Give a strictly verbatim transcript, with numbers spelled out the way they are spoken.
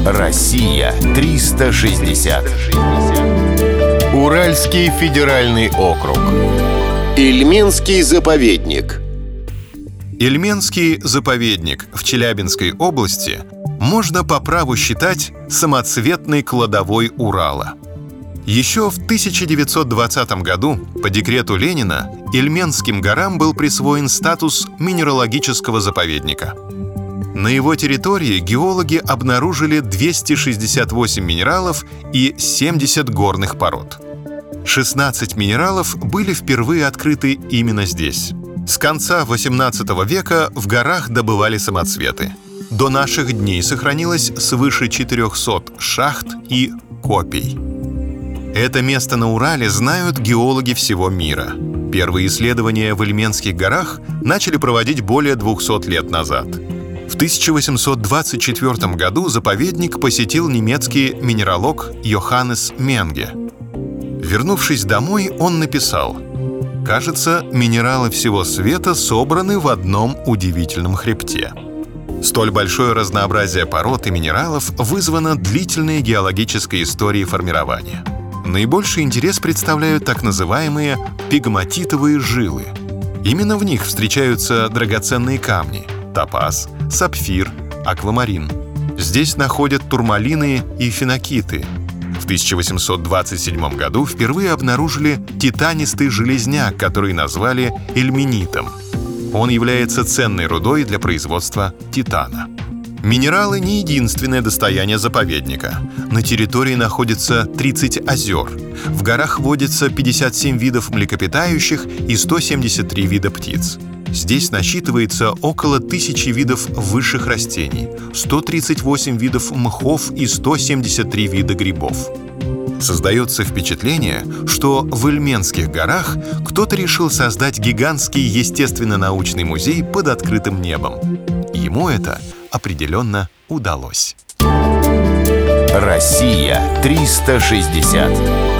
Россия триста шестьдесят. Уральский федеральный округ. Ильменский заповедник. Ильменский заповедник в Челябинской области можно по праву считать самоцветной кладовой Урала. Еще в тысяча девятьсот двадцатом году по декрету Ленина Ильменским горам был присвоен статус минералогического заповедника. На его территории геологи обнаружили двести шестьдесят восемь минералов и семьдесят горных пород. шестнадцать минералов были впервые открыты именно здесь. С конца восемнадцатого века в горах добывали самоцветы. До наших дней сохранилось свыше четырехсот шахт и копий. Это место на Урале знают геологи всего мира. Первые исследования в Ильменских горах начали проводить более двухсот лет назад. В тысяча восемьсот двадцать четвёртом году заповедник посетил немецкий минералог Йоханнес Менге. Вернувшись домой, он написал: «Кажется, минералы всего света собраны в одном удивительном хребте». Столь большое разнообразие пород и минералов вызвано длительной геологической историей формирования. Наибольший интерес представляют так называемые пегматитовые жилы. Именно в них встречаются драгоценные камни – топаз, сапфир, аквамарин. Здесь находят турмалины и фенокиты. В тысяча восемьсот двадцать седьмом году впервые обнаружили титанистый железняк, который назвали ильменитом. Он является ценной рудой для производства титана. Минералы не единственное достояние заповедника. На территории находится тридцать озер. В горах водится пятьдесят семь видов млекопитающих и сто семьдесят три вида птиц. Здесь насчитывается около тысячи видов высших растений, сто тридцать восемь видов мхов и сто семьдесят три вида грибов. Создается впечатление, что в Ильменских горах кто-то решил создать гигантский естественно-научный музей под открытым небом. Ему это определенно удалось. Россия триста шестьдесят.